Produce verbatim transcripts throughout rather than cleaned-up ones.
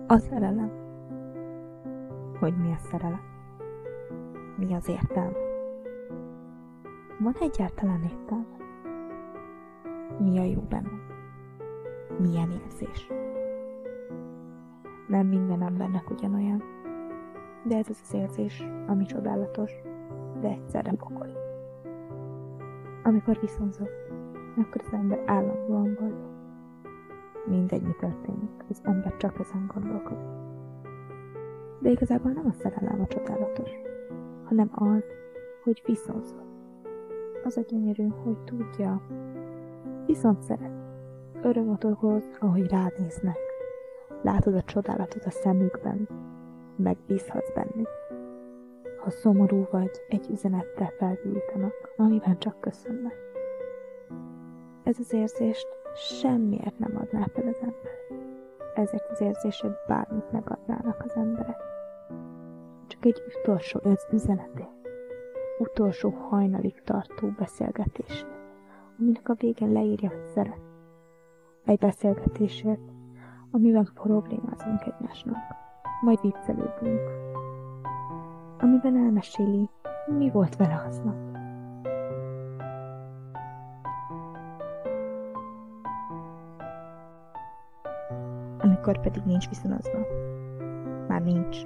A szerelem. Hogy mi a szerelem? Mi az értelme? Van egyáltalán értelme? Mi a jó benne? Milyen érzés? Nem minden embernek ugyanolyan, de ez az az érzés, ami csodálatos, de egyszerre pokoli. Amikor viszonzol, akkor az ember állandóan boldog. Mindegy, mi történik, az ember csak ezen gondolkodik. De igazából nem a szerelem a csodálatos, hanem az, hogy viszonzol. Az a gyönyörű, hogy tudja, viszont szeret. Örömöt okoz, ahogy rád néznek. Látod a csodálatot a szemükben, megbízhatsz bennük. Ha szomorú vagy, egy üzenettel felgyújtanak, amiben csak köszönnek. Ez az érzést semmiért nem adná fel az ember. Ezért az érzések bármit megadnának az emberek. Csak egy utolsó üzenetért, utolsó hajnalig tartó beszélgetésért, aminek a végén leírja, hogy szeret. Egy beszélgetésért, amiben problémázunk egymásnak, majd viccelődünk, amiben elmeséli, mi volt vele aznap. Amikor pedig nincs viszonozva, már nincs,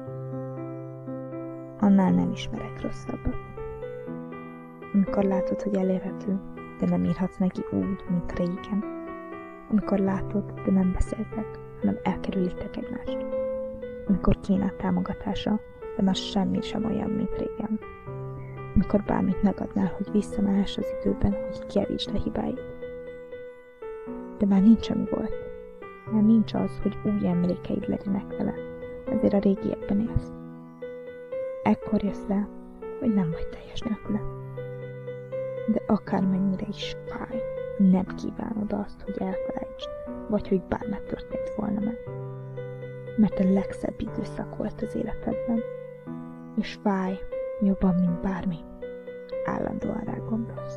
annál nem ismerek rosszabbat. Amikor látod, hogy elérhető, de nem írhatsz neki úgy, mint régen. Amikor látod, de nem beszéltek, hanem elkerülitek egymást. Amikor kínál támogatása, de már semmi sem olyan, mint régen. Amikor bármit megadnál, hogy visszamehetsz az időben, hogy kijavítsd a hibáit. De már nincs, ami volt. Már nincs az, hogy új emlékeid legyenek vele, ezért a régiekben élsz. Ekkor jössz rá, hogy nem vagy teljes nélküle. De akármennyire is fáj, nem kívánod azt, hogy elfelejtsd, vagy hogy bármi történt volna meg. Mert a legszebb időszak volt az életedben, és fáj jobban, mint bármi. Állandóan rá gondolsz.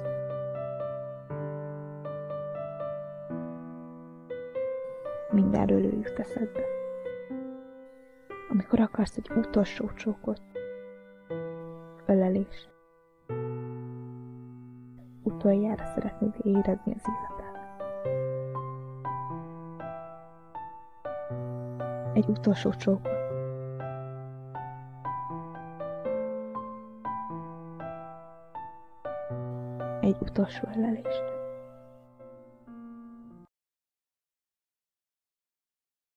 Mindenről ő jut eszedbe. Amikor akarsz egy utolsó csókot, ölelést, utoljára szeretnéd érezni az illatát. Egy utolsó csókot. Egy utolsó ölelést.